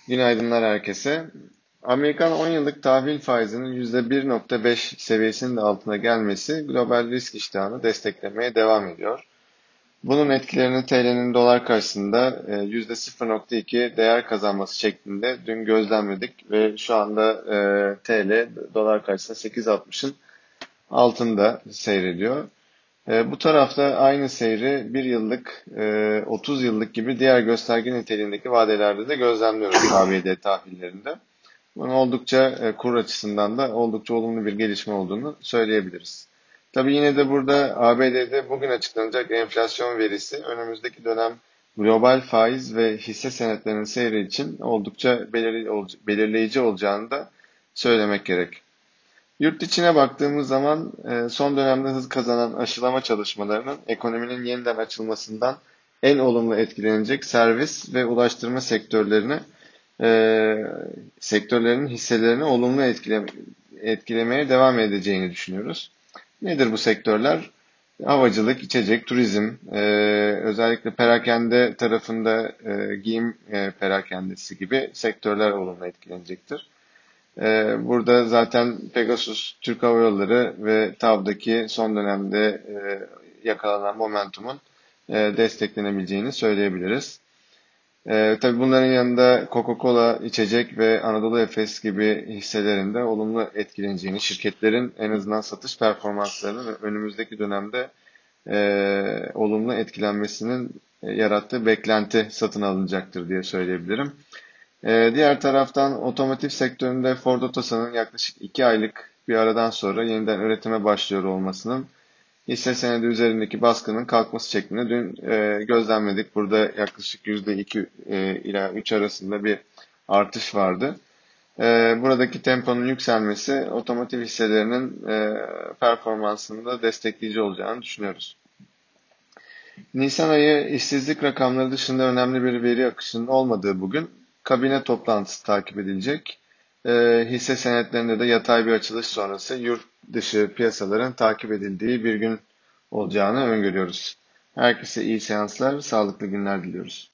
Günaydınlar herkese. Amerikan 10 yıllık tahvil faizinin %1,5 seviyesinin de altına gelmesi global risk iştahını desteklemeye devam ediyor. Bunun etkilerini TL'nin dolar karşısında %0,2 değer kazanması şeklinde dün gözlemledik ve şu anda TL dolar karşısında 8,60'ın altında seyrediyor. Bu tarafta aynı seyri 1 yıllık, 30 yıllık gibi diğer gösterge niteliğindeki vadelerde de gözlemliyoruz ABD tahvillerinde. Bunun oldukça kur açısından da oldukça olumlu bir gelişme olduğunu söyleyebiliriz. Tabii yine de burada ABD'de bugün açıklanacak enflasyon verisi önümüzdeki dönem global faiz ve hisse senetlerinin seyri için oldukça belirleyici olacağını da söylemek gerek. Yurt içine baktığımız zaman son dönemde hız kazanan aşılama çalışmalarının ekonominin yeniden açılmasından en olumlu etkilenecek servis ve ulaştırma sektörlerinin hisselerini olumlu etkilemeye devam edeceğini düşünüyoruz. Nedir bu sektörler? Havacılık, içecek, turizm, özellikle perakende tarafında giyim perakendesi gibi sektörler olumlu etkilenecektir. Burada zaten Pegasus, Türk Hava Yolları ve TAV'daki son dönemde yakalanan momentumun desteklenebileceğini söyleyebiliriz. Tabii bunların yanında Coca-Cola, içecek ve Anadolu Efes gibi hisselerin de olumlu etkileneceğini, şirketlerin en azından satış performanslarının önümüzdeki dönemde olumlu etkilenmesinin yarattığı beklenti satın alınacaktır diye söyleyebilirim. Diğer taraftan otomotiv sektöründe Ford Otosan'ın yaklaşık 2 aylık bir aradan sonra yeniden üretime başlıyor olmasının hisse senedi üzerindeki baskının kalkması şeklinde dün gözlemledik. Burada yaklaşık %2 ila 3 arasında bir artış vardı. Buradaki temponun yükselmesi otomotiv hisselerinin performansını da destekleyici olacağını düşünüyoruz. Nisan ayı işsizlik rakamları dışında önemli bir veri akışının olmadığı bugün kabine toplantısı takip edilecek. Hisse senetlerinde de yatay bir açılış sonrası yurt dışı piyasaların takip edildiği bir gün olacağını öngörüyoruz. Herkese iyi seanslar, sağlıklı günler diliyoruz.